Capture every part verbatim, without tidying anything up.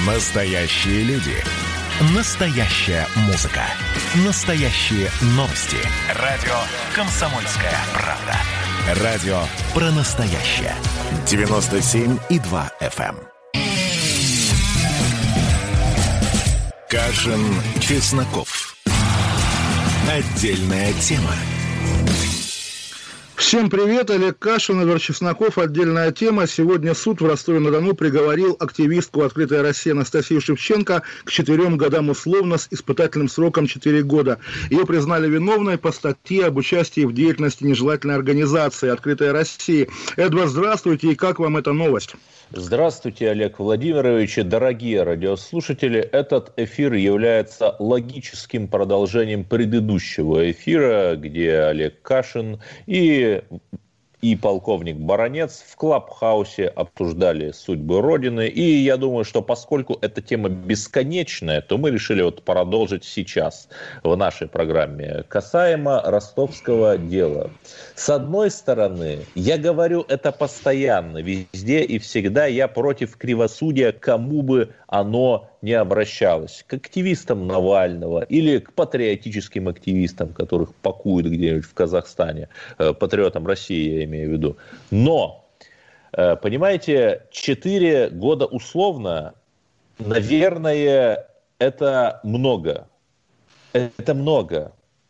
Настоящие люди. Настоящая музыка. Настоящие новости. Радио «Комсомольская правда». Радио про настоящее. девяносто семь и два эф эм. Кашин, Чесноков. Отдельная тема. Всем привет, Олег Кашин, Эдвард Чесноков. Отдельная тема. Сегодня суд в Ростове-на-Дону приговорил активистку «Открытая Россия» Анастасию Шевченко к четырем годам условно с испытательным сроком четыре года. Ее признали виновной по статье об участии в деятельности нежелательной организации «Открытая Россия». Эдвард, здравствуйте, и как вам эта новость? Здравствуйте, Олег Владимирович, дорогие радиослушатели. Этот эфир является логическим продолжением предыдущего эфира, где Олег Кашин и, и полковник Баранец в Клабхаусе обсуждали судьбы Родины. И я думаю, что поскольку эта тема бесконечная, то мы решили вот продолжить сейчас в нашей программе касаемо ростовского дела. С одной стороны, я говорю это постоянно, везде и всегда, я против кривосудия, кому бы оно не обращалось. К активистам Навального или к патриотическим активистам, которых пакуют где-нибудь в Казахстане, патриотам России, я имею в виду. Но, понимаете, четыре года условно, наверное, это много. Это много.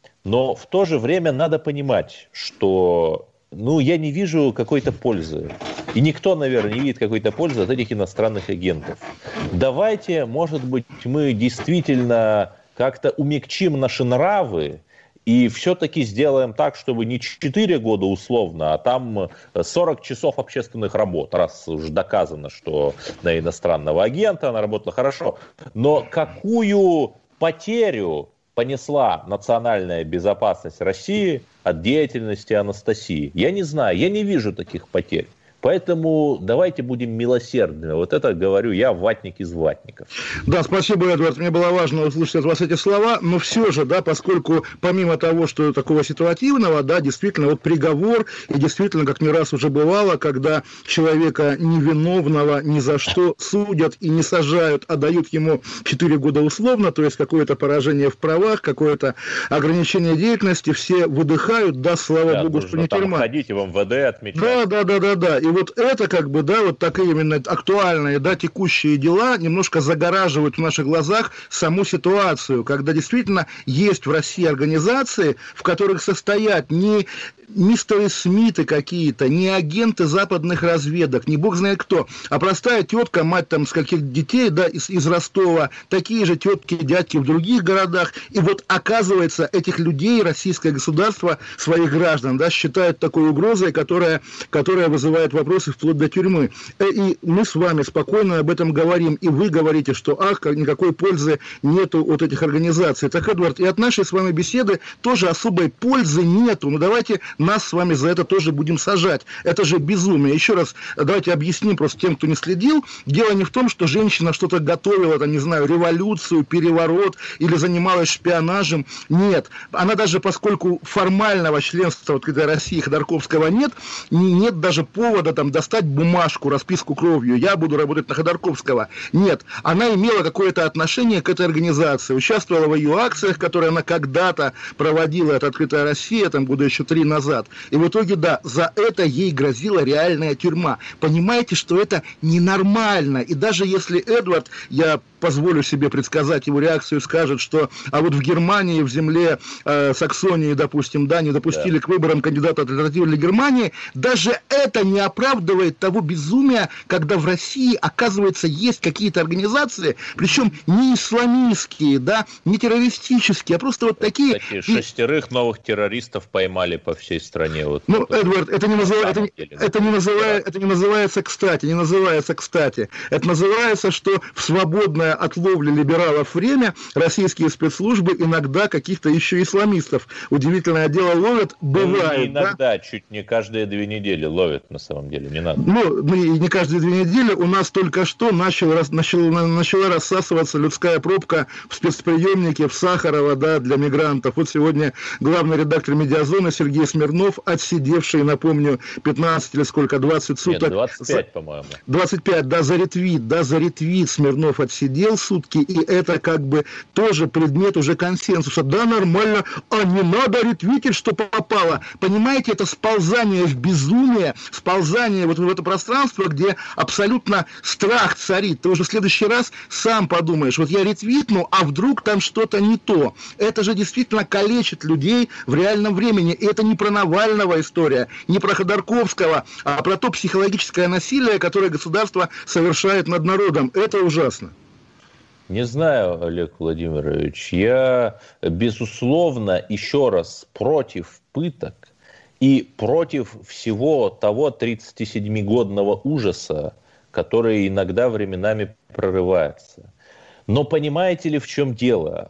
Но в то же время надо понимать, что ну, я не вижу какой-то пользы. И никто, наверное, не видит какой-то пользы от этих иностранных агентов. Давайте, может быть, мы действительно как-то умягчим наши нравы и все-таки сделаем так, чтобы не четыре года условно, а там сорок часов общественных работ, раз уж доказано, что на иностранного агента она работала хорошо. Но какую потерю понесла национальная безопасность России от деятельности Анастасии? Я не знаю, я не вижу таких потерь. Поэтому давайте будем милосердными. Вот это говорю я, ватник из ватников. Да, спасибо, Эдвард. Мне было важно услышать от вас эти слова. Но все же, да, поскольку помимо того, что такого ситуативного, да, действительно, вот приговор, и действительно, как не раз уже бывало, когда человека невиновного ни за что судят и не сажают, а дают ему четыре года условно, то есть какое-то поражение в правах, какое-то ограничение деятельности, все выдыхают, да, слава да, богу, что не тюрьма. Ходите в эм вэ дэ отмечать. Да, да, да, да, да. И вот это, как бы, да, вот такие именно актуальные, да, текущие дела немножко загораживают в наших глазах саму ситуацию, когда действительно есть в России организации, в которых состоят не мистеры Смиты какие-то, не агенты западных разведок, не бог знает кто, а простая тетка, мать там с каких детей, да, из, из Ростова, такие же тетки, дядьки в других городах, и вот оказывается этих людей российское государство, своих граждан, да, считает такой угрозой, которая, которая вызывает вопросы вплоть до тюрьмы. И мы с вами спокойно об этом говорим, и вы говорите, что ах, никакой пользы нету от этих организаций. Так, Эдвард, и от нашей с вами беседы тоже особой пользы нету, но давайте нас с вами за это тоже будем сажать. Это же безумие. Еще раз давайте объясним просто тем, кто не следил. Дело не в том, что женщина что-то готовила, там, не знаю, революцию, переворот или занималась шпионажем. Нет. Она даже, поскольку формального членства в Открытой России Ходорковского нет, нет даже повода там достать бумажку, расписку кровью. Я буду работать на Ходорковского. Нет. Она имела какое-то отношение к этой организации. Участвовала в ее акциях, которые она когда-то проводила. Это Открытая Россия, там года еще три назад. И в итоге, да, за это ей грозила реальная тюрьма. Понимаете, что это ненормально. И даже если Эдвард, я позволю себе предсказать его реакцию, скажет, что а вот в Германии, в земле э, Саксонии, допустим, да, не допустили да. к выборам кандидата от альтернативы для Германии, даже это не оправдывает того безумия, когда в России, оказывается, есть какие-то организации, причем не исламистские, да, не террористические, а просто вот такие... Кстати, шестерых новых террористов поймали по всей стране. Вот, ну, Эдвард, это не, назыв... это, это, не называет... это не называется кстати, не называется кстати. Это называется, что в свободное свободное от ловли либералов время российские спецслужбы иногда каких-то еще исламистов удивительное дело ловят, бывает. Ну, иногда, да? чуть не каждые две недели ловят, на самом деле, не надо. Ну, не каждые две недели. У нас только что начала, начала, начала рассасываться людская пробка в спецприемнике в Сахарово, да, для мигрантов. Вот сегодня главный редактор «Медиазоны» Сергей Смирнов, отсидевший, напомню, пятнадцать или сколько, двадцать суток. Нет, двадцать пять, по-моему. двадцать пять, да, за ретвит, да, за ретвит Смирнов отсидел сутки, и это как бы тоже предмет уже консенсуса. Да, нормально, а не надо ретвитить, что попало. Понимаете, это сползание в безумие, сползание вот в это пространство, где абсолютно страх царит. Ты уже в следующий раз сам подумаешь, вот я ретвитну, а вдруг там что-то не то. Это же действительно калечит людей в реальном времени. И это не про Навального история, не про Ходорковского, а про то психологическое насилие, которое государство совершает над народом. Это ужасно. Не знаю, Олег Владимирович, я, безусловно, еще раз против пыток и против всего того тридцатисемигодного ужаса, который иногда временами прорывается. Но понимаете ли, в чем дело?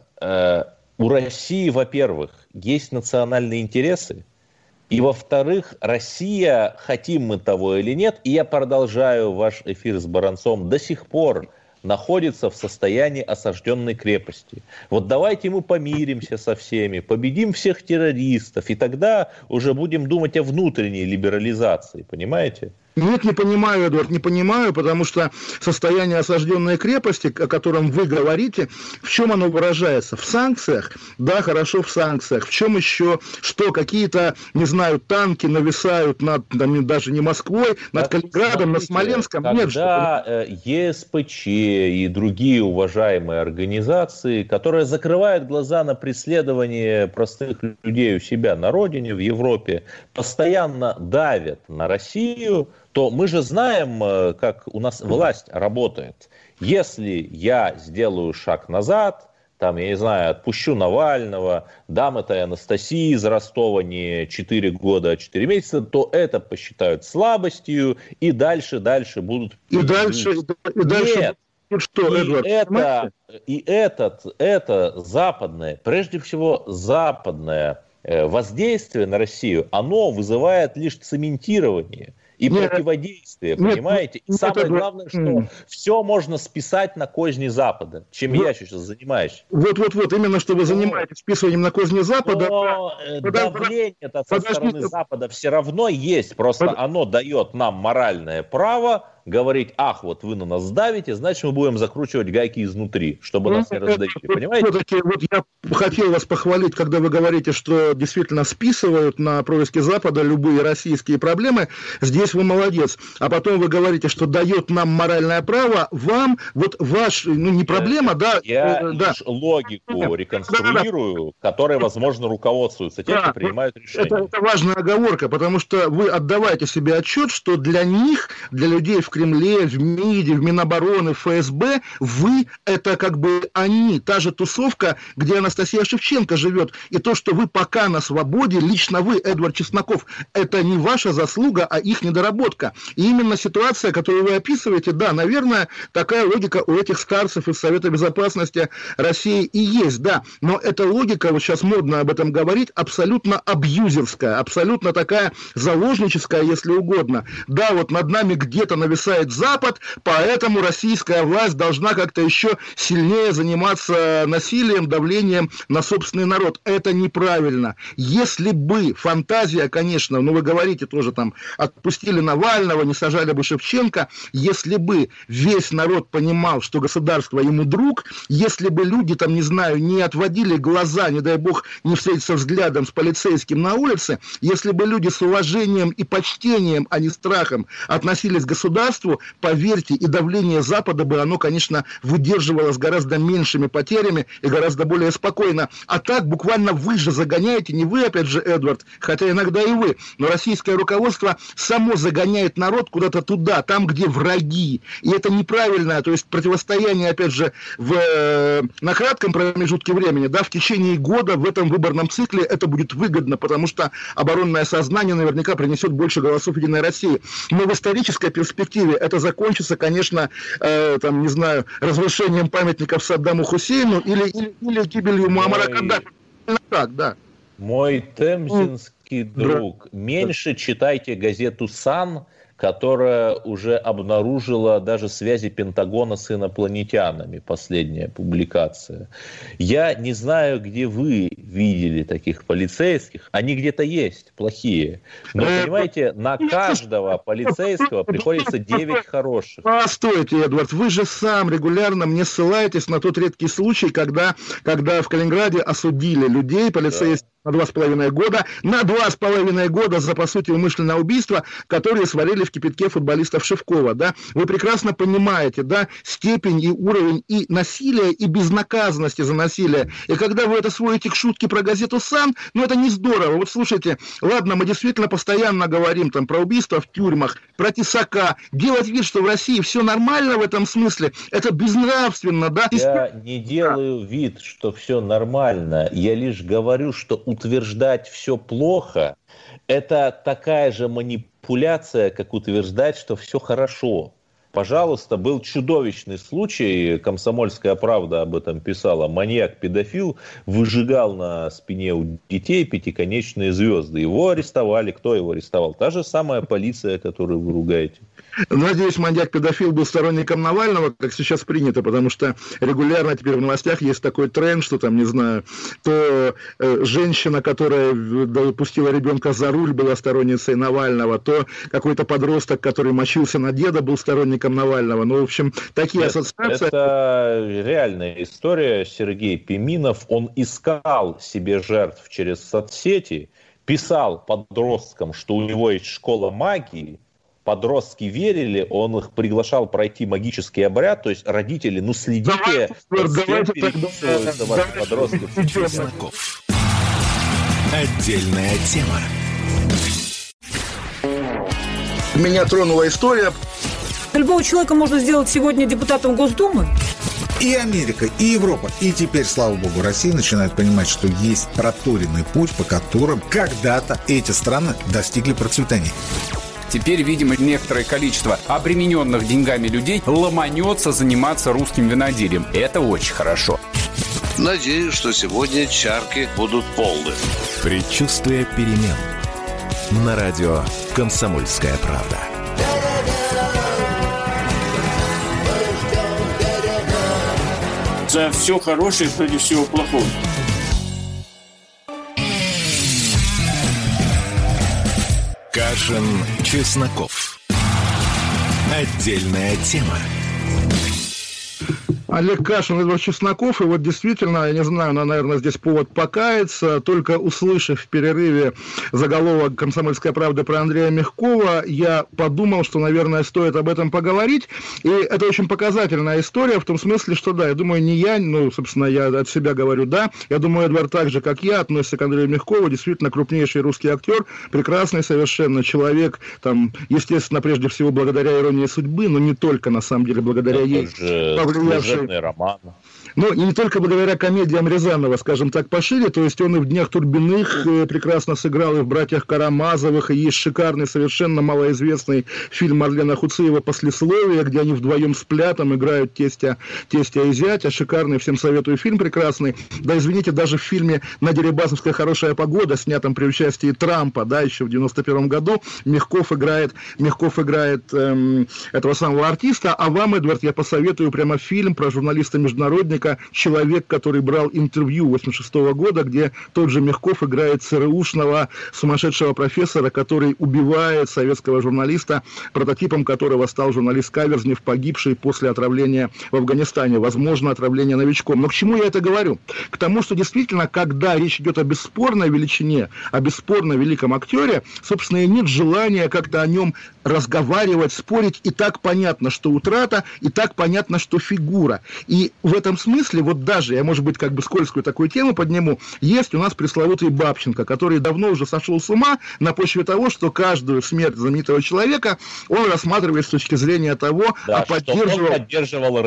У России, во-первых, есть национальные интересы, и, во-вторых, Россия, хотим мы того или нет, и я продолжаю ваш эфир с Баранцом, до сих пор находится в состоянии осажденной крепости. Вот давайте мы помиримся со всеми, победим всех террористов, и тогда уже будем думать о внутренней либерализации, понимаете? Нет, не понимаю, Эдуард, не понимаю, потому что состояние осажденной крепости, о котором вы говорите, в чем оно выражается? В санкциях? Да, хорошо, в санкциях. В чем еще? Что, какие-то, не знаю, танки нависают над, там, даже не Москвой, над так, Калининградом, над Смоленском? Когда Нет, что... ЕСПЧ и другие уважаемые организации, которые закрывают глаза на преследование простых людей у себя на родине, в Европе, постоянно давят на Россию, то мы же знаем, как у нас власть работает. Если я сделаю шаг назад, там, я не знаю, отпущу Навального, дам этой Анастасии из Ростова не четыре года, а четыре месяца, то это посчитают слабостью, и дальше, дальше будут... И дальше, и дальше... Нет. Ну что, и, Эдвард, это, и этот, это западное, прежде всего западное воздействие на Россию, оно вызывает лишь цементирование и нет, противодействие, нет, понимаете? И нет, самое нет, главное, что нет. все можно списать на козни Запада, чем вот, я сейчас занимаюсь. Вот-вот-вот, именно что вы занимаетесь списыванием на козни Запада. Но да, давление-то со стороны Запада все равно есть, просто под... оно дает нам моральное право говорить, ах, вот вы на нас давите, значит, мы будем закручивать гайки изнутри, чтобы ну, нас не раздавили, понимаете? Все-таки вот я хотел вас похвалить, когда вы говорите, что действительно списывают на происки Запада любые российские проблемы. Здесь вы молодец. А потом вы говорите, что дает нам моральное право, вам, вот ваш, ну, не проблема, я, да? Я э, да. логику реконструирую, да, которой, возможно, руководствуются те, да, кто принимают решения. Это, это важная оговорка, потому что вы отдавайте себе отчет, что для них, для людей в Кремле, в МИДе, в Минобороны, в ФСБ, вы — это как бы они, та же тусовка, где Анастасия Шевченко живет. И то, что вы пока на свободе, лично вы, Эдвард Чесноков, это не ваша заслуга, а их недоработка. И именно ситуация, которую вы описываете, да, наверное, такая логика у этих старцев из Совета Безопасности России и есть, да. Но эта логика, вот сейчас модно об этом говорить, абсолютно абьюзерская, абсолютно такая заложническая, если угодно. Да, вот над нами где-то нависает Запад, поэтому российская власть должна как-то еще сильнее заниматься насилием, давлением на собственный народ. Это неправильно. Если бы фантазия, конечно, ну вы говорите тоже там, отпустили Навального, не сажали бы Шевченко, если бы весь народ понимал, что государство ему друг, если бы люди там, не знаю, не отводили глаза, не дай бог, не встретиться взглядом с полицейским на улице, если бы люди с уважением и почтением, а не страхом относились к государству, поверьте, и давление Запада бы оно, конечно, выдерживало с гораздо меньшими потерями и гораздо более спокойно. А так буквально вы же загоняете, не вы, опять же, Эдвард, хотя иногда и вы, но российское руководство само загоняет народ куда-то туда, там, где враги. И это неправильно, то есть противостояние, опять же, в, на кратком промежутке времени, да, в течение года в этом выборном цикле это будет выгодно, потому что оборонное сознание наверняка принесет больше голосов Единой России. Но в исторической перспективе перспективе это закончится, конечно, э, там, не знаю, разрушением памятников Саддаму Хусейну или, или, или гибелью Муаммара Каддафи. Так, да. Мой темзинский друг, меньше читайте газету «Сан», которая уже обнаружила даже связи Пентагона с инопланетянами, последняя публикация. Я не знаю, где вы видели таких полицейских. Они где-то есть, плохие. Но, понимаете, на каждого полицейского приходится девять хороших. Постойте, Эдвард, вы же сам регулярно мне ссылаетесь на тот редкий случай, когда, когда в Калининграде осудили людей, полицейских, да, на два с половиной года, на два с половиной года за, по сути, умышленное убийство, которые сварили в кипятке футболистов Шевкова, да. Вы прекрасно понимаете, да, степень и уровень и насилия, и безнаказанности за насилие. И когда вы это сводите к шутке про газету «Сан», ну, это не здорово. Вот слушайте, ладно, мы действительно постоянно говорим там про убийства в тюрьмах, про тесака. Делать вид, что в России все нормально в этом смысле, это безнравственно, да. Я не делаю вид, что все нормально. Я лишь говорю, что утверждать все плохо – это такая же манипуляция, как утверждать, что все хорошо. Пожалуйста, был чудовищный случай, «Комсомольская правда» об этом писала, маньяк-педофил выжигал на спине у детей пятиконечные звезды. Его арестовали. Кто его арестовал? Та же самая полиция, которую вы ругаете. Надеюсь, маньяк-педофил был сторонником Навального, как сейчас принято, потому что регулярно теперь в новостях есть такой тренд, что там, не знаю, то э, женщина, которая допустила ребенка за руль, была сторонницей Навального, то какой-то подросток, который мочился на деда, был сторонником Навального. Ну, в общем, такие Нет, ассоциации... Это реальная история. Сергей Пименов, он искал себе жертв через соцсети, писал подросткам, что у него есть школа магии, подростки верили, он их приглашал пройти магический обряд, то есть родители, ну следите, с кем переписываются ваши подростки. Чесноков. Отдельная тема. Меня тронула история. Любого человека можно сделать сегодня депутатом Госдумы. И Америка, и Европа, и теперь, слава богу, Россия начинает понимать, что есть проторенный путь, по которым когда-то эти страны достигли процветания. Теперь, видимо, некоторое количество обремененных деньгами людей ломанется заниматься русским виноделием. Это очень хорошо. Надеюсь, что сегодня чарки будут полны. Предчувствие перемен. На радио «Комсомольская правда». За все хорошее против всего плохого. Кашин, Чесноков. Отдельная тема. Олег Кашин, Эдвард Чесноков, и вот действительно, я не знаю, наверное, здесь повод покаяться, только услышав в перерыве заголовок «Комсомольская правда» про Андрея Мягкова, я подумал, что, наверное, стоит об этом поговорить, и это очень показательная история, в том смысле, что, да, я думаю, не я, ну, собственно, я от себя говорю, да, я думаю, Эдвард так же, как я, относится к Андрею Мягкову, действительно крупнейший русский актер, прекрасный совершенно человек, там, естественно, прежде всего, благодаря иронии судьбы, но не только, на самом деле, благодаря это ей, повлиявшей... роман. Ну, и не только благодаря комедиям Рязанова, скажем так, пошире, то есть он и в «Днях Турбиных» прекрасно сыграл, и в «Братьях Карамазовых», и есть шикарный, совершенно малоизвестный фильм Марлена Хуциева «Послесловие», где они вдвоем с Плятом играют тестя, тестя и зятя, шикарный, всем советую фильм прекрасный. Да, извините, даже в фильме «На Дерибасовской хорошая погода», снятом при участии Трампа, да, еще в девяносто первом году, Мягков играет, Мягков играет эм, этого самого артиста, а вам, Эдвард, я посоветую прямо фильм про журналиста-международника «Человек, который брал интервью» восемьдесят шестого года, где тот же Мягков играет ЦРУшного сумасшедшего профессора, который убивает советского журналиста, прототипом которого стал журналист Каверзнев, погибший после отравления в Афганистане, возможно, отравление новичком. Но к чему я это говорю? К тому, что действительно, когда речь идет о бесспорной величине, о бесспорно великом актере, собственно, и нет желания как-то о нем разговаривать, спорить, и так понятно, что утрата, и так понятно, что фигура. И в этом смысле, вот даже, я, может быть, как бы скользкую такую тему подниму, есть у нас пресловутый Бабченко, который давно уже сошел с ума на почве того, что каждую смерть знаменитого человека он рассматривает с точки зрения того, да, а поддерживал... он поддерживал Рейх.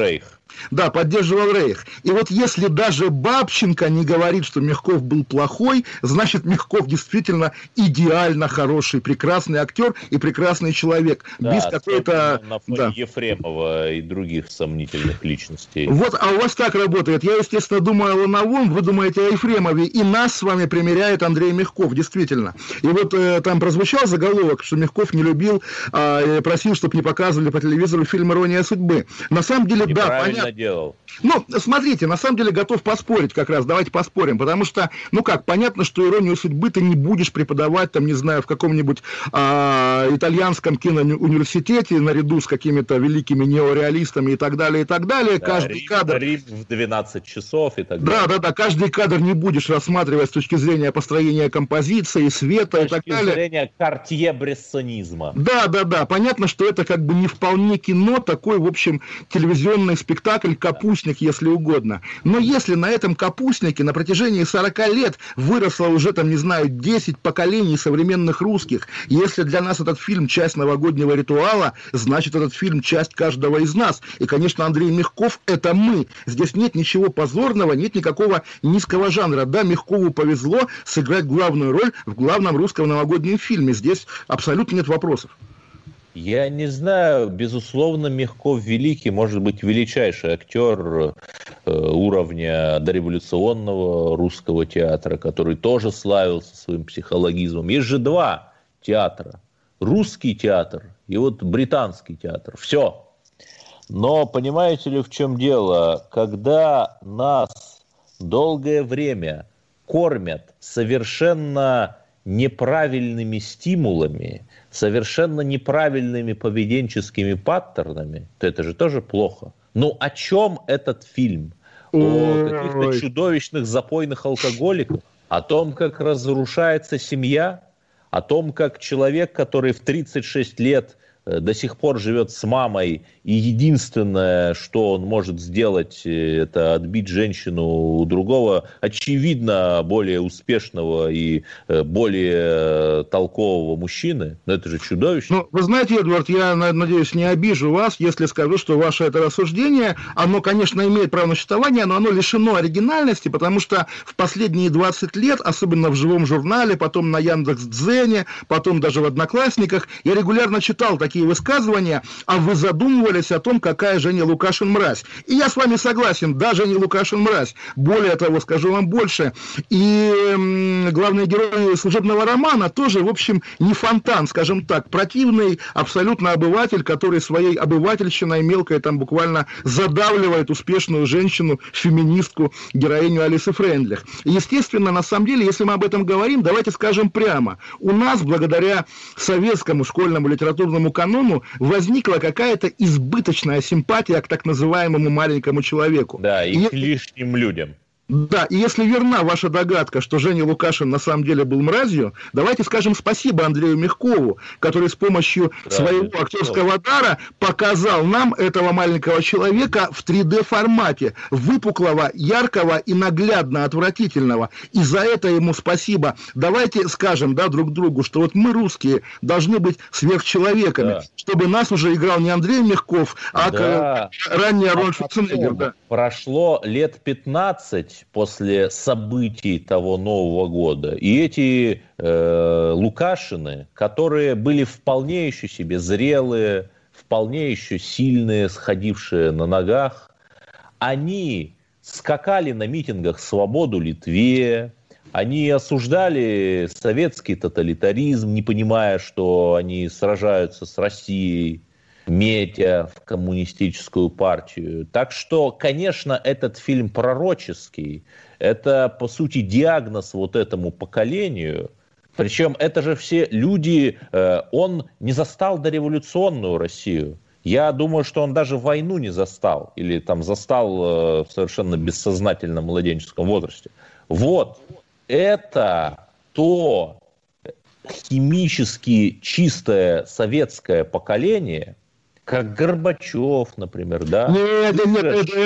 Да, поддерживал Рейх. И вот если даже Бабченко не говорит, что Мягков был плохой, значит, Мягков действительно идеально хороший, прекрасный актер и прекрасный человек. Да, без какой-то... на фоне да. Ефремова и других сомнительных личностей. Вот, а у вас так работает. Я, естественно, думаю о Лановом, вы думаете о Ефремове, и нас с вами примеряет Андрей Мягков, действительно. И вот э, там прозвучал заголовок, что Мягков не любил, э, просил, чтобы не показывали по телевизору фильм «Ирония судьбы». На самом деле, да, понятно. Делал. Ну, смотрите, на самом деле готов поспорить как раз, давайте поспорим, потому что, ну как, понятно, что «Иронию судьбы» ты не будешь преподавать, там, не знаю, в каком-нибудь а, итальянском киноуниверситете наряду с какими-то великими неореалистами и так далее, и так далее. Да, каждый Рим, кадр... Рим в двенадцать часов и так да, далее. Да, да, да, каждый кадр не будешь рассматривать с точки зрения построения композиции, света и так далее. С точки зрения картье-брессонизма. Да, да, да, понятно, что это как бы не вполне кино, такой, в общем, телевизионный спектакль, капустник, если угодно. Но если на этом капустнике на протяжении сорока лет выросло уже, там, не знаю, десять поколений современных русских, если для нас этот фильм часть новогоднего ритуала, значит, этот фильм часть каждого из нас. И, конечно, Андрей Мягков — это мы. Здесь нет ничего позорного, нет никакого низкого жанра. Да, Мягкову повезло сыграть главную роль в главном русском новогоднем фильме. Здесь абсолютно нет вопросов. Я не знаю, безусловно, Мягков великий, может быть, величайший актер э, уровня дореволюционного русского театра, который тоже славился своим психологизмом. Есть же два театра. Русский театр и вот британский театр. Все. Но понимаете ли, в чем дело? Когда нас долгое время кормят совершенно неправильными стимулами, совершенно неправильными поведенческими паттернами, то это же тоже плохо. Ну, о чем этот фильм? О каких-то чудовищных запойных алкоголиках? О том, как разрушается семья? О том, как человек, который в тридцать шесть лет до сих пор живет с мамой, и единственное, что он может сделать, это отбить женщину у другого, очевидно, более успешного и более толкового мужчины. Но это же чудовищно. Ну, вы знаете, Эдвард, я, надеюсь, не обижу вас, если скажу, что ваше это рассуждение, оно, конечно, имеет право на существование, но оно лишено оригинальности, потому что в последние двадцать лет, особенно в «Живом журнале», потом на Яндекс.Дзене, потом даже в «Одноклассниках», я регулярно читал такие высказывания, а вы задумывались о том, какая Женя Лукашин мразь. И я с вами согласен, да, Женя Лукашин мразь. Более того, скажу вам больше, и м, главный герой служебного романа тоже, в общем, не фонтан, скажем так, противный абсолютно обыватель, который своей обывательщиной мелкой там буквально задавливает успешную женщину, феминистку, героиню Алисы Фрейндлих. И, естественно, на самом деле, если мы об этом говорим, давайте скажем прямо. У нас, благодаря советскому школьному литературному канону, возникла какая-то избыточная симпатия к так называемому маленькому человеку. Да, и, и к лишним людям. Да, и если верна ваша догадка, что Женя Лукашин на самом деле был мразью, давайте скажем спасибо Андрею Мягкову, который с помощью да, своего актерского дара показал нам этого маленького человека в три дэ формате, выпуклого, яркого и наглядно отвратительного. И за это ему спасибо. Давайте скажем, да, друг другу, что вот мы, русские, должны быть сверхчеловеками, да. чтобы нас уже играл не Андрей Мягков, а да. ранний Арнольд Шварценеггер. Да. Прошло лет пятнадцать после событий того Нового года. И эти э, Лукашины, которые были вполне еще себе зрелые, вполне еще сильные, сходившие на ногах, они скакали на митингах «Свободу Литве», они осуждали советский тоталитаризм, не понимая, что они сражаются с Россией, метя в коммунистическую партию. Так что, конечно, этот фильм пророческий. Это, по сути, диагноз вот этому поколению. Причем это же все люди, э, он не застал дореволюционную Россию. Я думаю, что он даже войну не застал. Или там застал э, в совершенно бессознательном младенческом возрасте. Вот. Это то химически чистое советское поколение, как Горбачев, например, да? Нет, нет, нет, Эдвард,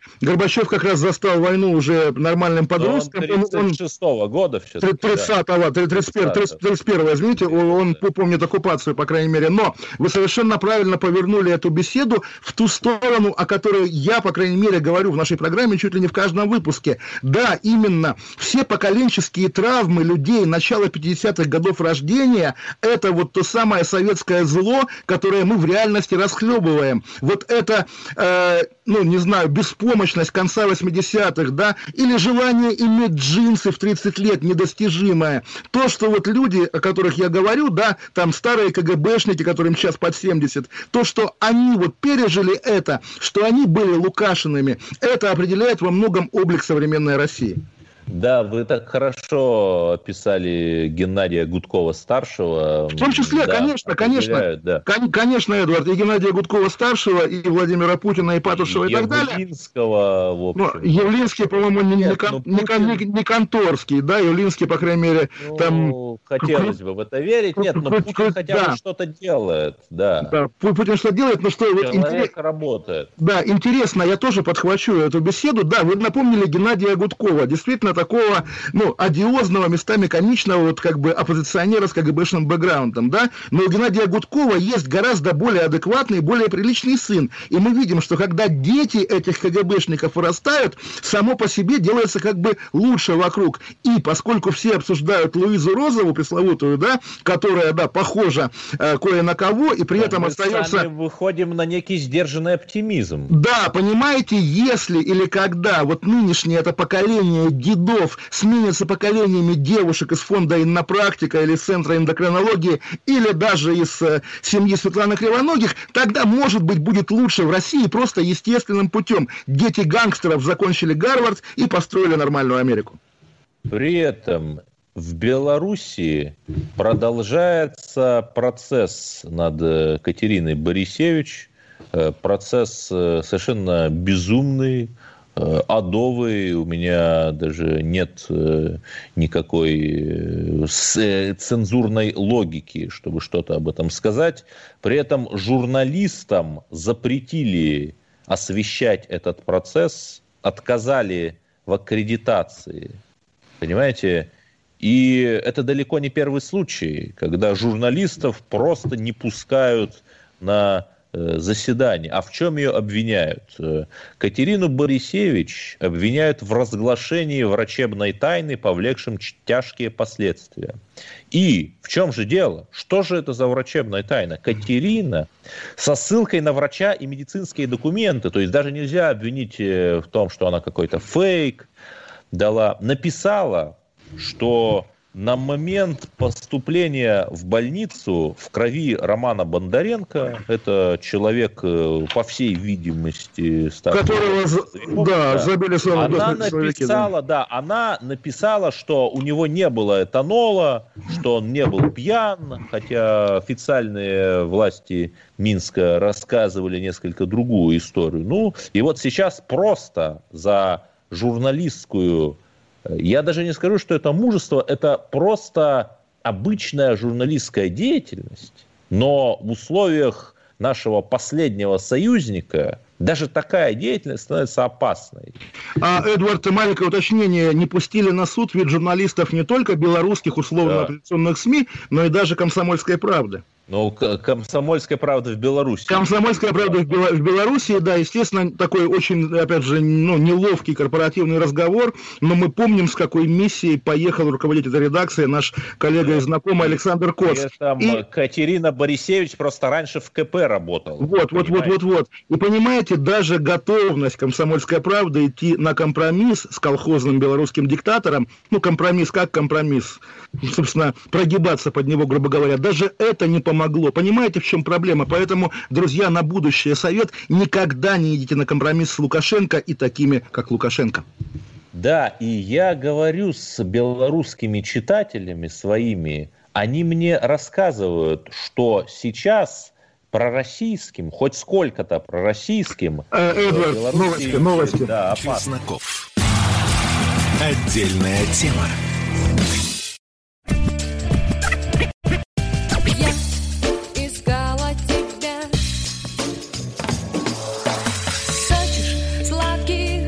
Горбачев как раз застал войну уже нормальным подростком. Он тридцать шестого года все-таки. тридцатого, тридцать первого, извините, он помнит оккупацию, по крайней мере. Но вы совершенно правильно повернули эту беседу в ту сторону, о которой я, по крайней мере, говорю в нашей программе чуть ли не в каждом выпуске. Да, именно все поколенческие травмы людей начала пятидесятых годов рождения – это вот то самое советское зло, которое мы в реальности расхлебываем. Вот это, э, ну, не знаю, беспомощность конца восьмидесятых, да, или желание иметь джинсы в тридцать лет недостижимое. То, что вот люди, о которых я говорю, да, там старые КГБшники, которым сейчас под семьдесят, то, что они вот пережили это, что они были Лукашинами, это определяет во многом облик современной России. Да, вы так хорошо описали Геннадия Гудкова-старшего. В том числе, да, конечно, конечно. Да. Конечно, Эдуард, и Геннадия Гудкова-старшего, и Владимира Путина, и Патрушева, и, и так далее. Явлинского, в общем. Ну, Явлинский, по-моему, не, Нет, не, ну, не, Путин... не, не Конторский, да, Явлинский, по крайней мере, ну, там... хотелось бы в это верить. Нет, но Путин хотя бы да. что-то делает, да. Да, Путин что делает, но что... Человек вот, интерес... работает. Да, интересно, я тоже подхвачу эту беседу. Да, вы напомнили Геннадия Гудкова. Действительно, такого, ну, одиозного, местами комичного, вот как бы оппозиционера с КГБшным бэкграундом, да, но у Геннадия Гудкова есть гораздо более адекватный, более приличный сын, и мы видим, что когда дети этих КГБшников вырастают, само по себе делается как бы лучше вокруг, и поскольку все обсуждают Луизу Розову, пресловутую, да, которая, да, похожа э, кое на кого, и при да, этом мы остается... сами выходим на некий сдержанный оптимизм. Да, понимаете, если или когда вот нынешнее это поколение дедов сменится поколениями девушек из фонда «Иннопрактика» или из Центра эндокринологии, или даже из э, семьи Светланы Кривоногих, тогда, может быть, будет лучше в России просто естественным путем. Дети гангстеров закончили Гарвард и построили нормальную Америку. При этом в Белоруссии продолжается процесс над Катериной Борисевич, процесс совершенно безумный, адовый, у меня даже нет никакой цензурной логики, чтобы что-то об этом сказать. При этом журналистам запретили освещать этот процесс, отказали в аккредитации. Понимаете? И это далеко не первый случай, когда журналистов просто не пускают на заседание. А в чем ее обвиняют? Катерину Борисевич обвиняют в разглашении врачебной тайны, повлекшем тяжкие последствия. И в чем же дело? Что же это за врачебная тайна? Катерина со ссылкой на врача и медицинские документы, то есть даже нельзя обвинить в том, что она какой-то фейк дала, написала, что на момент поступления в больницу в крови Романа Бондаренко, это человек, по всей видимости, которого да, да. забили сорок она написала, да. да, она написала, что у него не было этанола, что он не был пьян, хотя официальные власти Минска рассказывали несколько другую историю. Ну, и вот сейчас просто за журналистскую... Я даже не скажу, что это мужество, это просто обычная журналистская деятельность, но в условиях нашего последнего союзника даже такая деятельность становится опасной. А, Эдуард, маленькое уточнение. Не пустили на суд ведь журналистов не только белорусских условно-оппозиционных СМИ, но и даже «Комсомольской правды». Ну, «Комсомольская правда» в Беларуси. «Комсомольская правда» в, Бел... в Беларуси, да, естественно, такой очень, опять же, ну, неловкий корпоративный разговор, но мы помним, с какой миссией поехал руководитель этой редакции наш коллега и знакомый Александр Коц. Там и... Катерина Борисевич просто раньше в КП работала. Вот, вот, вот, вот, вот. И понимаете, даже готовность «Комсомольской правды» идти на компромисс с колхозным белорусским диктатором, ну, компромисс как компромисс, собственно, прогибаться под него, грубо говоря, даже это не помогло. Понимаете, в чем проблема? Поэтому, друзья, на будущее совет: никогда не идите на компромисс с Лукашенко и такими, как Лукашенко. Да, и я говорю с белорусскими читателями своими, они мне рассказывают, что сейчас пророссийским, хоть сколько-то пророссийским... Э, Эдвард, Беларуси, новости, новости. Да, Чесноков. Отдельная тема. Сладких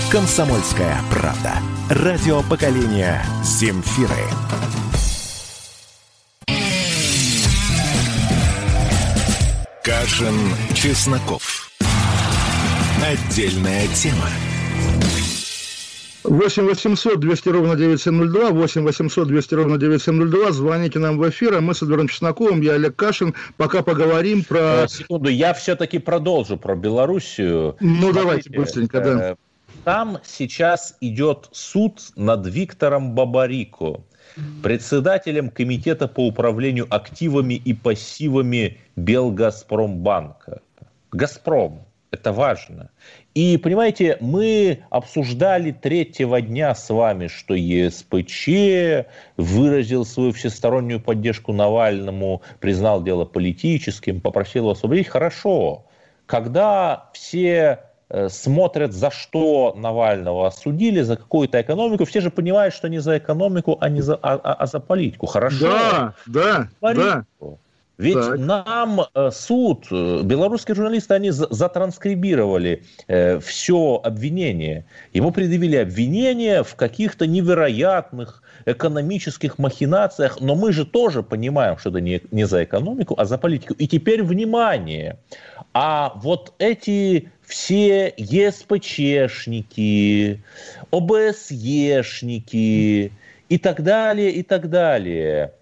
«Комсомольская правда». Радио поколения Земфиры. Кашин, Чесноков. Отдельная тема. восемь восемьсот двести ровно девять семь ноль два, восемь восемьсот двести ровно девять семь ноль два. Звоните нам в эфир, а мы с Эдвардом Чесноковым, я Олег Кашин, пока поговорим про... Секунду, я все-таки продолжу про Белоруссию. Ну, Смотрите, давайте быстренько, да. Там сейчас идет суд над Виктором Бабарико, председателем комитета по управлению активами и пассивами Белгазпромбанка. «Газпром» – это важно. И, понимаете, мы обсуждали третьего дня с вами, что ЕСПЧ выразил свою всестороннюю поддержку Навальному, признал дело политическим, попросил его освободить. Хорошо. Когда все смотрят, за что Навального осудили, за какую-то экономику, все же понимают, что не за экономику, а, не за, а, а за политику. Хорошо. Да, да, да. Ведь так. нам суд, белорусские журналисты, они затранскрибировали э, все обвинение. Ему предъявили обвинения в каких-то невероятных экономических махинациях, но мы же тоже понимаем, что это не, не за экономику, а за политику. И теперь внимание. А вот эти все ЕСПЧшники, ОБСЕшники и так далее, и так далее,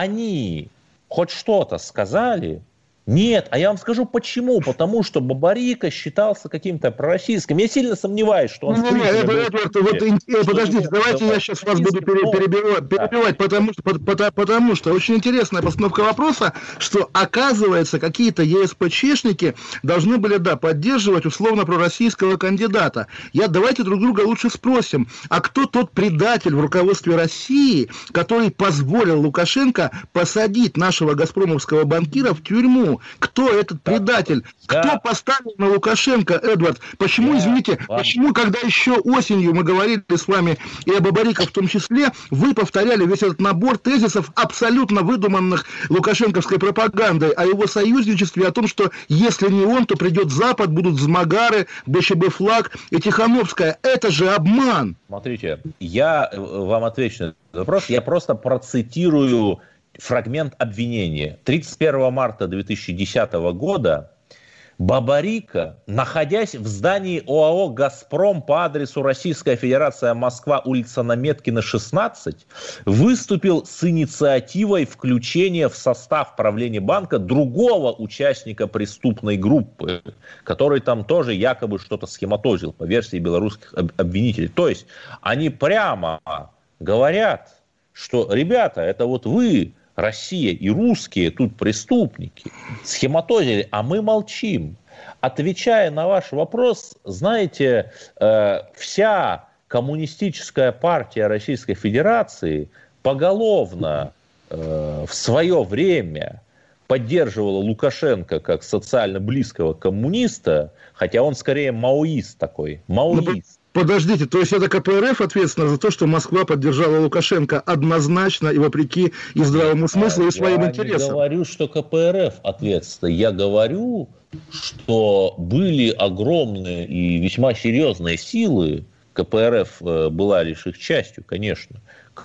они хоть что-то сказали? Нет, а я вам скажу почему. Потому что Бабарико считался каким-то пророссийским. Я сильно сомневаюсь, что он... Не, не, Эдвард, вот, подождите, давайте я сейчас вас буду перебивать, перебивать потому, что, потому, потому что очень интересная постановка вопроса, что, оказывается, какие-то ЕСПЧшники должны были, да, поддерживать условно пророссийского кандидата. Я, давайте друг друга лучше спросим, а кто тот предатель в руководстве России, который позволил Лукашенко посадить нашего газпромовского банкира в тюрьму? Кто этот предатель? Да. Кто поставил на Лукашенко, Эдвард? Почему, да, извините, ладно. Почему, когда еще осенью мы говорили с вами и о Бабарико в том числе, вы повторяли весь этот набор тезисов, абсолютно выдуманных лукашенковской пропагандой, о его союзничестве, о том, что если не он, то придет Запад, будут Змагары, БЧБ-флаг и Тихановская. Это же обман! Смотрите, я вам отвечу на этот вопрос, я просто процитирую фрагмент обвинения. тридцать первого марта две тысячи десятого года Бабарико, находясь в здании ОАО «Газпром» по адресу Российская Федерация, Москва, улица Наметкина, шестнадцать, выступил с инициативой включения в состав правления банка другого участника преступной группы, который там тоже якобы что-то схематозил, по версии белорусских обвинителей. То есть они прямо говорят, что, ребята, это вот вы, Россия и русские тут преступники, схематозили, а мы молчим. Отвечая на ваш вопрос, знаете, э, вся коммунистическая партия Российской Федерации поголовно э, в свое время поддерживала Лукашенко как социально близкого коммуниста, хотя он скорее маоист такой, маоист. Подождите, то есть это ка пэ эр эф ответственно за то, что Москва поддержала Лукашенко однозначно и вопреки и здравому смыслу, и своим я интересам? Я не говорю, что ка пэ эр эф ответственно. Я говорю, что были огромные и весьма серьезные силы, ка пэ эр эф была лишь их частью, конечно,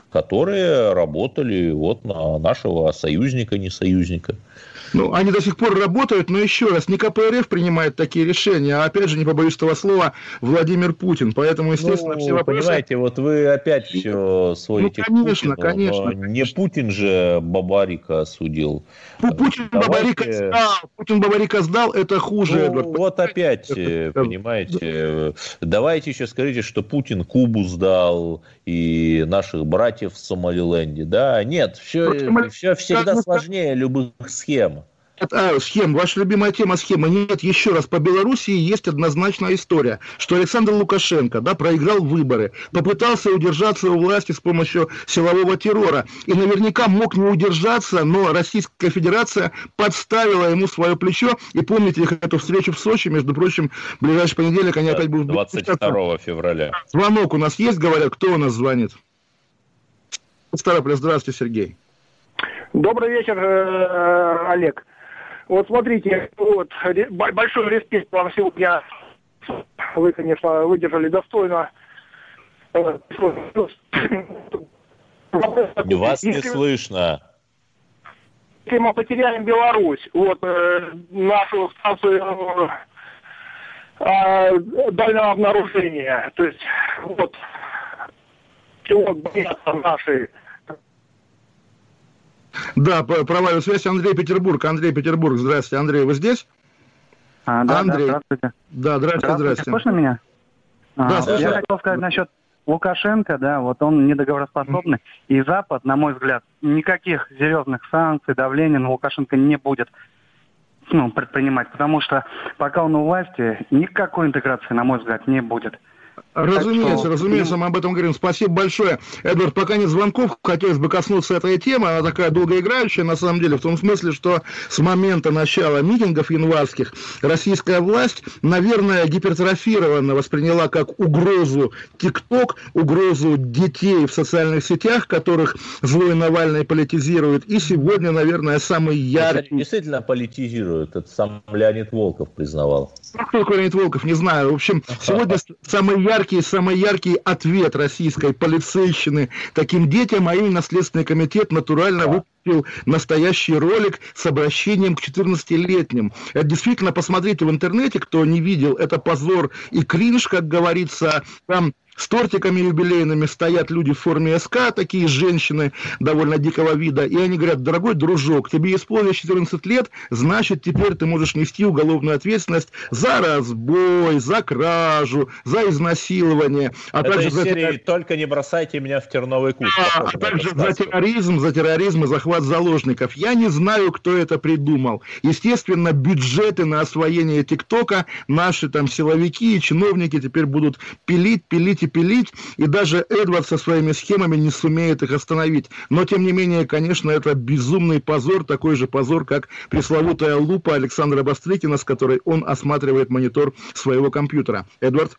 которые работали вот на нашего союзника, не союзника. Ну, они до сих пор работают, но еще раз, не ка пэ эр эф принимает такие решения, а опять же, не побоюсь этого слова, Владимир Путин. Поэтому, естественно, ну, все вопросы... Понимаете, вот вы опять все сводите ну, конечно, к Путину, конечно, но конечно. Не Путин же Бабарико осудил. Путин Давайте... Бабарико сдал, Путин Бабарико сдал, это хуже. Ну, Эдвард. вот опять, понимаете, давайте еще скажите, что Путин Кубу сдал и наших братьев в Сомалиленде. Да, нет, все, все всегда сложнее любых схем. А, схем, ваша любимая тема схемы. Нет, еще раз, по Белоруссии есть однозначная история, что Александр Лукашенко, да, проиграл выборы, попытался удержаться у власти с помощью силового террора, и наверняка мог не удержаться, но Российская Федерация подставила ему свое плечо, и помните их эту встречу в Сочи, между прочим, в ближайший понедельник они опять будут... двадцать второго февраля. Звонок у нас есть, говорят, кто у нас звонит? Ставрополь, здравствуйте, Сергей. Добрый вечер, Олег. Вот смотрите, вот, большой респект вам сегодня. Вы, конечно, выдержали достойно Вас не слышно. Если мы потеряем Беларусь, вот э, нашу станцию э, дальнего обнаружения, то есть вот чего боятся наши. Да, проваливаю связь. Андрей Петербург. Андрей Петербург. Здравствуйте, Андрей, вы здесь? А, да, Андрей. да, здравствуйте. Да, здравствуйте, здравствуйте. Слышно меня? Да, а, слышно. Я хотел сказать насчет Лукашенко, да, вот он недоговороспособный, и Запад, на мой взгляд, никаких серьезных санкций, давления на Лукашенко не будет, ну, предпринимать, потому что пока он у власти, никакой интеграции, на мой взгляд, не будет. Разумеется, что... разумеется, мы об этом говорим. Спасибо большое. Эдвард, пока нет звонков, хотелось бы коснуться этой темы. Она такая долгоиграющая, на самом деле, в том смысле, что с момента начала митингов январских российская власть, наверное, гипертрофированно восприняла как угрозу ТикТок, угрозу детей в социальных сетях, которых злой Навальный политизирует. И сегодня, наверное, самый яркий... Это действительно политизирует. Это сам Леонид Волков признавал. Ну, кто такой Леонид Волков, не знаю. В общем, сегодня самый яркий, самый яркий ответ российской полицейщины таким детям, а именно Следственный комитет натурально выпустил настоящий ролик с обращением к четырнадцатилетним. Это действительно, посмотрите в интернете, кто не видел, это позор и кринж, как говорится, там... С тортиками юбилейными стоят люди в форме СК, такие женщины довольно дикого вида, и они говорят: дорогой дружок, тебе исполнилось четырнадцать лет, значит, теперь ты можешь нести уголовную ответственность за разбой, за кражу, за изнасилование. А Это также из за... серии «Только не бросайте меня в терновый куст». А, а также за терроризм, за терроризм и захват заложников. Я не знаю, кто это придумал. Естественно, бюджеты на освоение ТикТока наши там силовики и чиновники теперь будут пилить, пилить и пилить, и даже Эдвард со своими схемами не сумеет их остановить. Но, тем не менее, конечно, это безумный позор, такой же позор, как пресловутая лупа Александра Бастрыкина, с которой он осматривает монитор своего компьютера. Эдвард?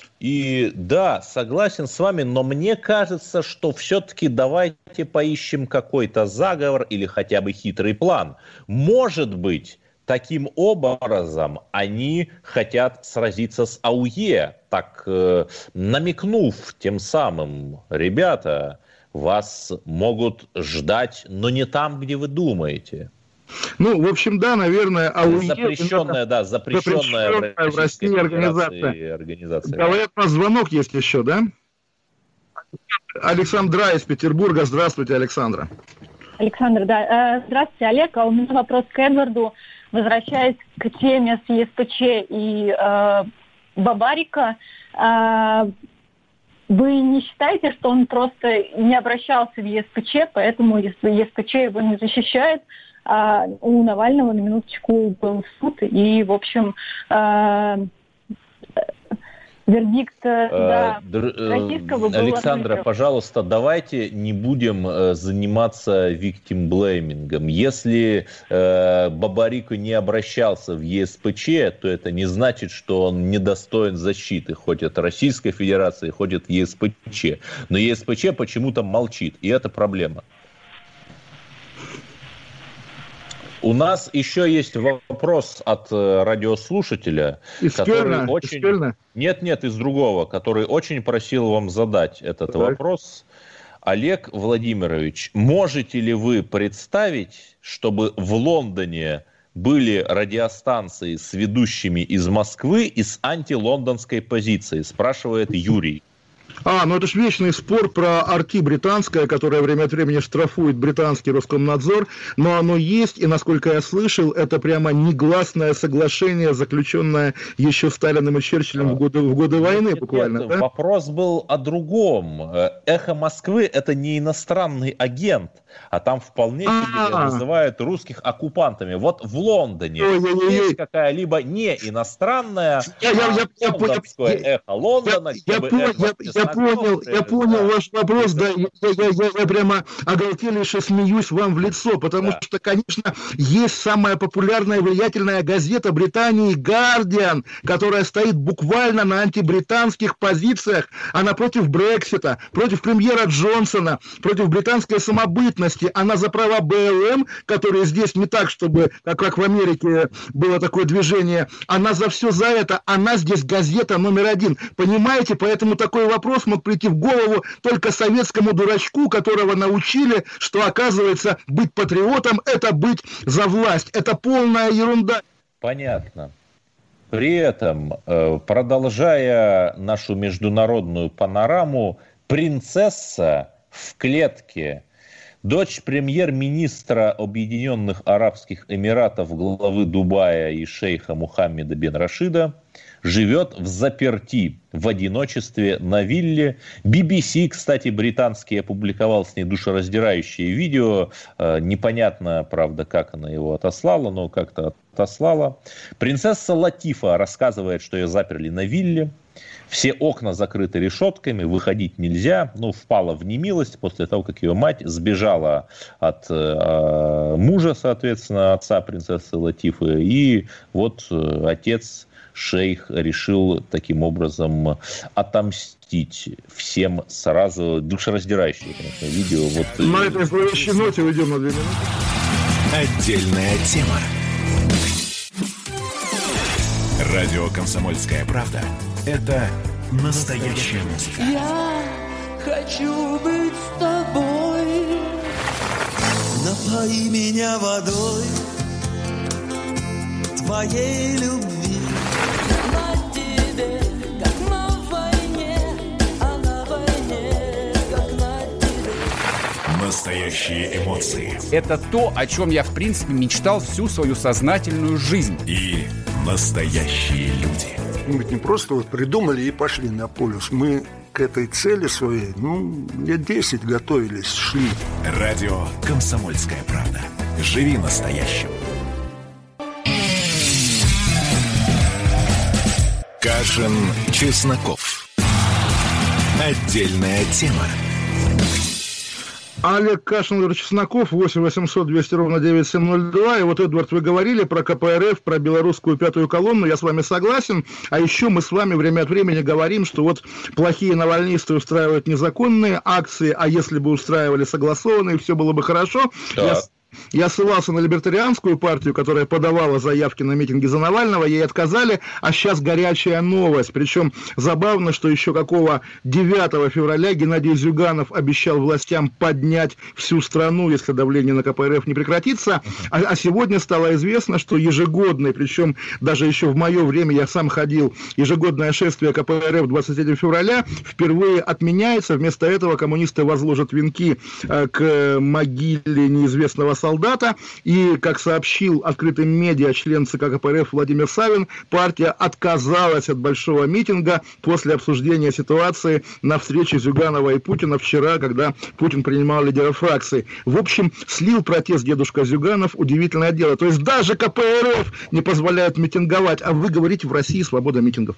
И да, согласен с вами, но мне кажется, что все-таки давайте поищем какой-то заговор или хотя бы хитрый план. Может быть, таким образом они хотят сразиться с АУЕ, так э, намекнув тем самым: ребята, вас могут ждать, но не там, где вы думаете. Ну, в общем, да, наверное, АУЕ... Запрещенная, да, запрещенная, запрещенная в России организация. организация. Говорят, у нас звонок есть еще, да? Александра из Петербурга. Здравствуйте, Александра. Александр, да. Здравствуйте, Олег. А у меня вопрос к Эдварду. Возвращаясь к теме с ЕСПЧ и э, Бабарика, э, вы не считаете, что он просто не обращался в ЕСПЧ, поэтому ЕСПЧ его не защищает? А у Навального, на минуточку, был суд, и, в общем, э, вердикт да, российского был... Александра, пожалуйста, давайте не будем заниматься виктимблеймингом. Если э, Бабарико не обращался в ЕСПЧ, то это не значит, что он недостоин защиты, хоть от Российской Федерации, хоть от ЕСПЧ. Но ЕСПЧ почему-то молчит, и это проблема. У нас еще есть вопрос от радиослушателя, из который Кёльна, очень... Из Кёльна? Нет, нет, из другого, который очень просил вам задать этот так. вопрос. Олег Владимирович, можете ли вы представить, чтобы в Лондоне были радиостанции с ведущими из Москвы и с антилондонской позицией, спрашивает Юрий. А, ну это ж вечный спор про Арти британское, которое время от времени штрафует британский Роскомнадзор, но оно есть, и, насколько я слышал, это прямо негласное соглашение, заключенное еще Сталиным и Черчиллем в годы, в годы войны нет, буквально. Нет, да? Вопрос был о другом. «Эхо Москвы» — это не иностранный агент, а там вполне себе называют русских оккупантами. Вот в Лондоне есть какая-либо не иностранная, лондонское эхо Лондона, где бы эхо... Я понял, я понял ваш вопрос, да, я, я, я, я прямо оголтелейше смеюсь вам в лицо, потому да. что, конечно, есть самая популярная и влиятельная газета Британии «Гардиан», которая стоит буквально на антибританских позициях, она против Брексита, против премьера Джонсона, против британской самобытности, она за права БЛМ, которые здесь не так, чтобы, как, как в Америке было такое движение, она за все за это, она здесь газета номер один, понимаете, поэтому такой вопрос вопрос мог прийти в голову только советскому дурачку, которого научили, что, оказывается, быть патриотом – это быть за власть. Это полная ерунда. Понятно. При этом, продолжая нашу международную панораму, принцесса в клетке, дочь премьер-министра Объединенных Арабских Эмиратов, главы Дубая и шейха Мухаммеда бен Рашида, живет в заперти, в одиночестве на вилле. би би си, кстати, британский, опубликовал с ней душераздирающее видео. Непонятно, правда, как она его отослала, но как-то отослала. Принцесса Латифа рассказывает, что ее заперли на вилле. Все окна закрыты решетками, выходить нельзя. Ну, впала в немилость после того, как ее мать сбежала от э, мужа, соответственно, отца принцессы Латифы. И вот э, отец, шейх, решил таким образом отомстить всем сразу. Душераздирающее, конечно, видео. Вот, на этой зловещей ноте уйдем на две минуты. Отдельная тема. Радио «Комсомольская правда» — это настоящая музыка. Я хочу быть с тобой. Напои меня водой твоей любви. На тебе, как на войне, а на войне, как на тебе. Настоящие эмоции. Это то, о чем я, в принципе, мечтал всю свою сознательную жизнь. И настоящие люди. Мы ведь не просто вот придумали и пошли на полюс. Мы к этой цели своей, ну, лет десять готовились, шли. Радио «Комсомольская правда». Живи настоящим. Кашин, Чесноков. Отдельная тема. Олег Кашин, Эдвард Чесноков, восемь восемьсот двести ровно девять семь ноль два. И вот, Эдвард, вы говорили про ка пэ эр эф, про белорусскую пятую колонну, я с вами согласен. А еще мы с вами время от времени говорим, что вот плохие навальнисты устраивают незаконные акции, а если бы устраивали согласованные, все было бы хорошо. Я... Я ссылался на либертарианскую партию, которая подавала заявки на митинги за Навального, ей отказали, а сейчас горячая новость. Причем забавно, что еще какого девятого февраля Геннадий Зюганов обещал властям поднять всю страну, если давление на ка пэ эр эф не прекратится. А, а сегодня стало известно, что ежегодное, причем даже еще в мое время я сам ходил, ежегодное шествие ка пэ эр эф двадцать третьего февраля впервые отменяется. Вместо этого коммунисты возложат венки э, к могиле неизвестного солдата, и, как сообщил открытым медиа член ЦК ка пэ эр эф Владимир Савин, партия отказалась от большого митинга после обсуждения ситуации на встрече Зюганова и Путина вчера, когда Путин принимал лидеров фракции. В общем, слил протест дедушка Зюганов, удивительное дело. То есть даже ка пэ эр эф не позволяет митинговать, а вы говорите, в России свобода митингов.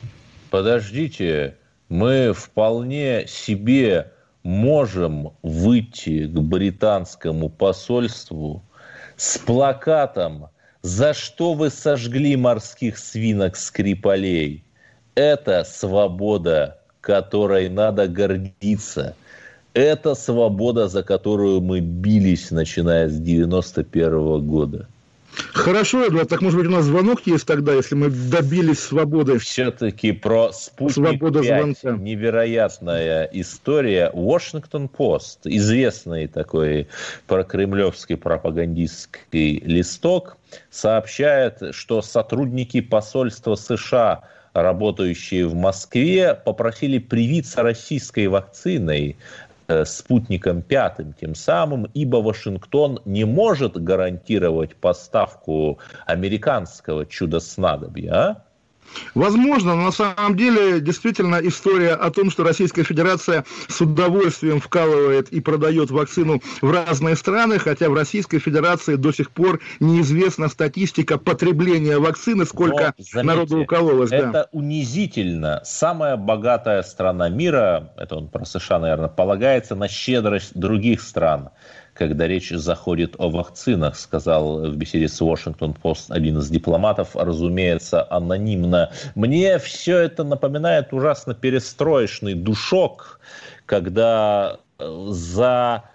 Подождите, мы вполне себе можем выйти к британскому посольству с плакатом «За что вы сожгли морских свинок Скрипалей?» Это свобода, которой надо гордиться. Это свобода, за которую мы бились, начиная с девяносто первого года. Хорошо, Эдуард, так может быть у нас звонок есть тогда, если мы добились свободы? Все-таки про «Спутник пять» невероятная история. Washington Post, известный такой прокремлевский пропагандистский листок, сообщает, что сотрудники посольства США, работающие в Москве, попросили привиться российской вакциной, «Спутником пятым» тем самым, ибо Вашингтон не может гарантировать поставку американского чудо-снадобья, а? Возможно, но на самом деле действительно история о том, что Российская Федерация с удовольствием вкалывает и продает вакцину в разные страны, хотя в Российской Федерации до сих пор неизвестна статистика потребления вакцины, сколько но, заметьте, народу укололось. Это да. унизительно. Самая богатая страна мира, это он про США, наверное, полагается на щедрость других стран, когда речь заходит о вакцинах, сказал в беседе с Washington Post один из дипломатов, разумеется, анонимно. Мне все это напоминает ужасно перестроечный душок, когда за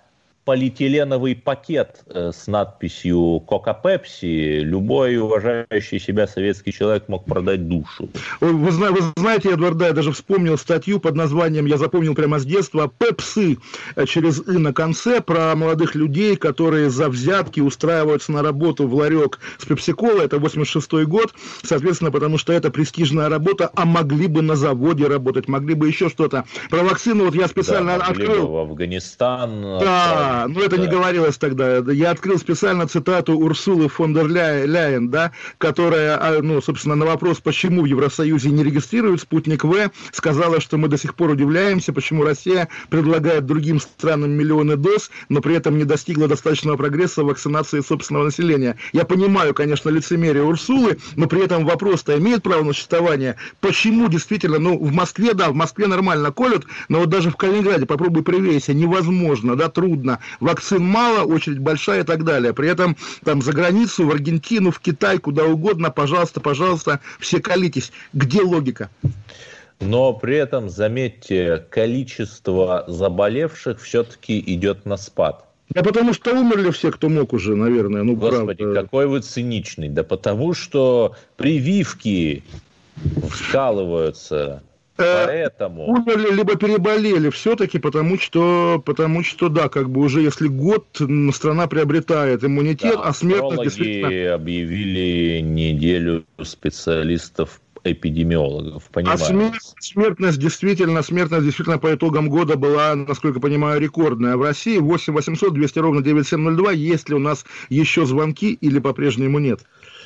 полиэтиленовый пакет с надписью «Кока-Пепси», любой уважающий себя советский человек мог продать душу. Вы, вы знаете, Эдвард, да, я даже вспомнил статью под названием, я запомнил прямо с детства, «Пепсы» через «и» на конце, про молодых людей, которые за взятки устраиваются на работу в ларек с пепси-колой. Это восемьдесят шестой год, соответственно, потому что это престижная работа, а могли бы на заводе работать, могли бы еще что-то. Про вакцину вот я специально да, открыл. В Афганистан. Да, но это да. не говорилось тогда. Я открыл специально цитату Урсулы фон дер Ляйен, да, которая, ну, собственно, на вопрос, почему в Евросоюзе не регистрируют «Спутник В», сказала, что мы до сих пор удивляемся, почему Россия предлагает другим странам миллионы доз, но при этом не достигла достаточного прогресса в вакцинации собственного населения. Я понимаю, конечно, лицемерие Урсулы, но при этом вопрос-то имеет право на существование. Почему действительно, ну, в Москве, да, в Москве нормально колют, но вот даже в Калининграде, попробуй привейся, невозможно, да, трудно. Вакцин мало, очередь большая и так далее. При этом там за границу, в Аргентину, в Китай, куда угодно, пожалуйста, пожалуйста, все колитесь. Где логика? Но при этом, заметьте, количество заболевших все-таки идет на спад. Да потому что умерли все, кто мог уже, наверное. Ну, Господи, правда. Какой вы циничный. Да потому что прививки вкалываются. Поэтому... Умерли, либо переболели все-таки, потому что, потому что, да, как бы уже если год страна приобретает иммунитет, да, а смертность действительно... объявили неделю специалистов эпидемиологов, понимаете? А смертность, смертность действительно, смертность действительно по итогам года была, насколько понимаю, рекордная. В России восемь восемьсот двести ровно девяносто семь ноль два. Есть ли у нас еще звонки или по-прежнему нет?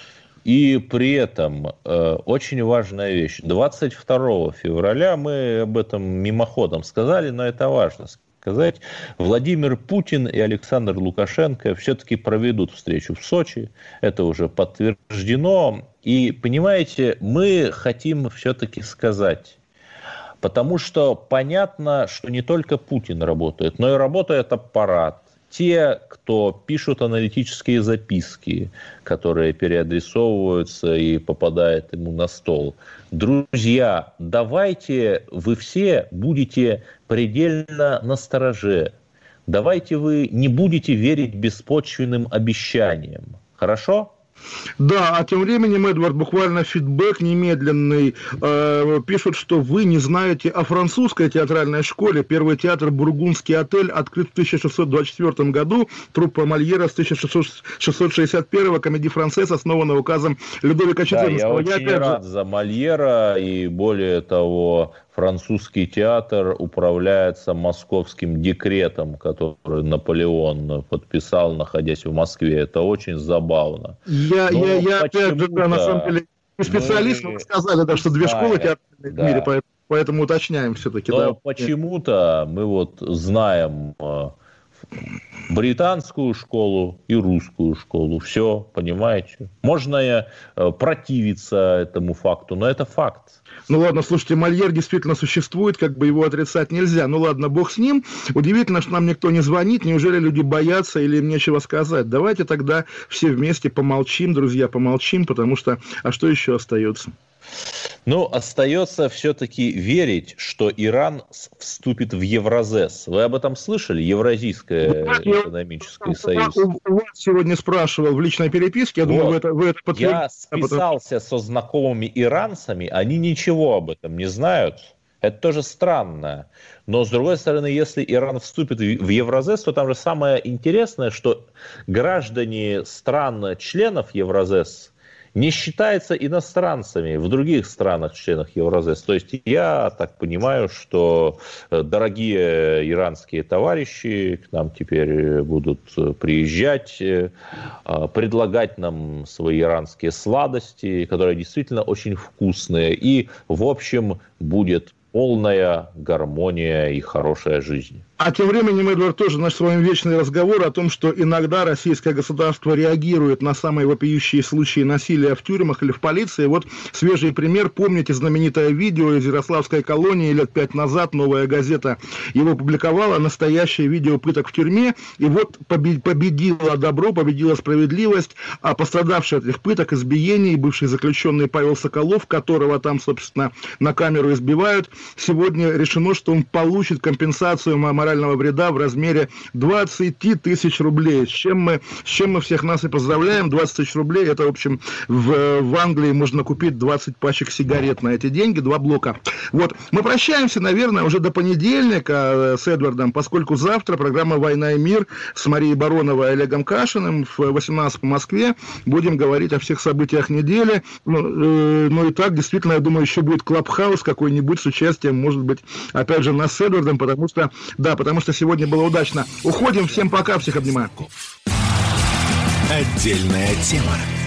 И при этом э, очень важная вещь. двадцать второго февраля, мы об этом мимоходом сказали, но это важно сказать, Владимир Путин и Александр Лукашенко все-таки проведут встречу в Сочи. Это уже подтверждено. И, понимаете, мы хотим все-таки сказать, потому что понятно, что не только Путин работает, но и работает аппарат. Те, кто пишут аналитические записки, которые переадресовываются и попадают ему на стол. Друзья, давайте вы все будете предельно настороже. Давайте вы не будете верить беспочвенным обещаниям. Хорошо? Да, а тем временем, Эдвард, буквально фидбэк немедленный. Э, пишут, что вы не знаете о французской театральной школе. Первый театр «Бургундский отель» открыт в тысяча шестьсот двадцать четвёртом году. Труппа Мольера с тысяча шестьсот шестьдесят первого. Комедий францез, основана указом Людовика четырнадцатого. Да, я очень я, рад же... за Мольера, и более того... Французский театр управляется московским декретом, который Наполеон подписал, находясь в Москве. Это очень забавно. Я, я, я опять же, да, на самом деле, не специалист, мы... но вы сказали, да, что две да, школы театральные да. в мире, поэтому, поэтому уточняем все-таки. Но да. почему-то мы вот знаем британскую школу и русскую школу. Все, понимаете? Можно противиться этому факту, но это факт. Ну ладно, слушайте, Мольер действительно существует, как бы его отрицать нельзя. Ну ладно, бог с ним. Удивительно, что нам никто не звонит. Неужели люди боятся или им нечего сказать? Давайте тогда все вместе помолчим, друзья, помолчим, потому что... А что еще остается? Ну, остается все-таки верить, что Иран вступит в Евразес. Вы об этом слышали? Евразийское экономическое союз. У вас сегодня спрашивал в личной переписке. Я вот. думаю, вы это, вы это подтвердите. Я списался со знакомыми иранцами, они ничего об этом не знают. Это тоже странно. Но, с другой стороны, если Иран вступит в Евразес, то там же самое интересное, что граждане стран-членов Евразес не считаются иностранцами в других странах-членах Евразес. То есть я так понимаю, что дорогие иранские товарищи к нам теперь будут приезжать, предлагать нам свои иранские сладости, которые действительно очень вкусные. И, в общем, будет полная гармония и хорошая жизнь. А тем временем, Эдвард, тоже наш с вами вечный разговор о том, что иногда российское государство реагирует на самые вопиющие случаи насилия в тюрьмах или в полиции. Вот свежий пример. Помните знаменитое видео из Ярославской колонии лет пять назад? «Новая газета» его публиковала. Настоящее видео пыток в тюрьме. И вот победило добро, победила справедливость. А пострадавший от этих пыток, избиений, бывший заключенный Павел Соколов, которого там, собственно, на камеру избивают, сегодня решено, что он получит компенсацию морального вреда в размере двадцать тысяч рублей, с чем мы, с чем мы всех нас и поздравляем. двадцать тысяч рублей, это, в общем, в, в Англии можно купить двадцать пачек сигарет на эти деньги, два блока. Вот, мы прощаемся, наверное, уже до понедельника с Эдвардом, поскольку завтра программа «Война и мир» с Марией Бароновой и Олегом Кашиным в восемнадцать по Москве. Будем говорить о всех событиях недели. Ну, э, ну и так, действительно, я думаю, еще будет Клабхаус какой-нибудь с участием, может быть, опять же, нас с Эдвардом, потому что, да, потому что сегодня было удачно. Уходим, всем пока, всех обнимаю. Отдельная тема.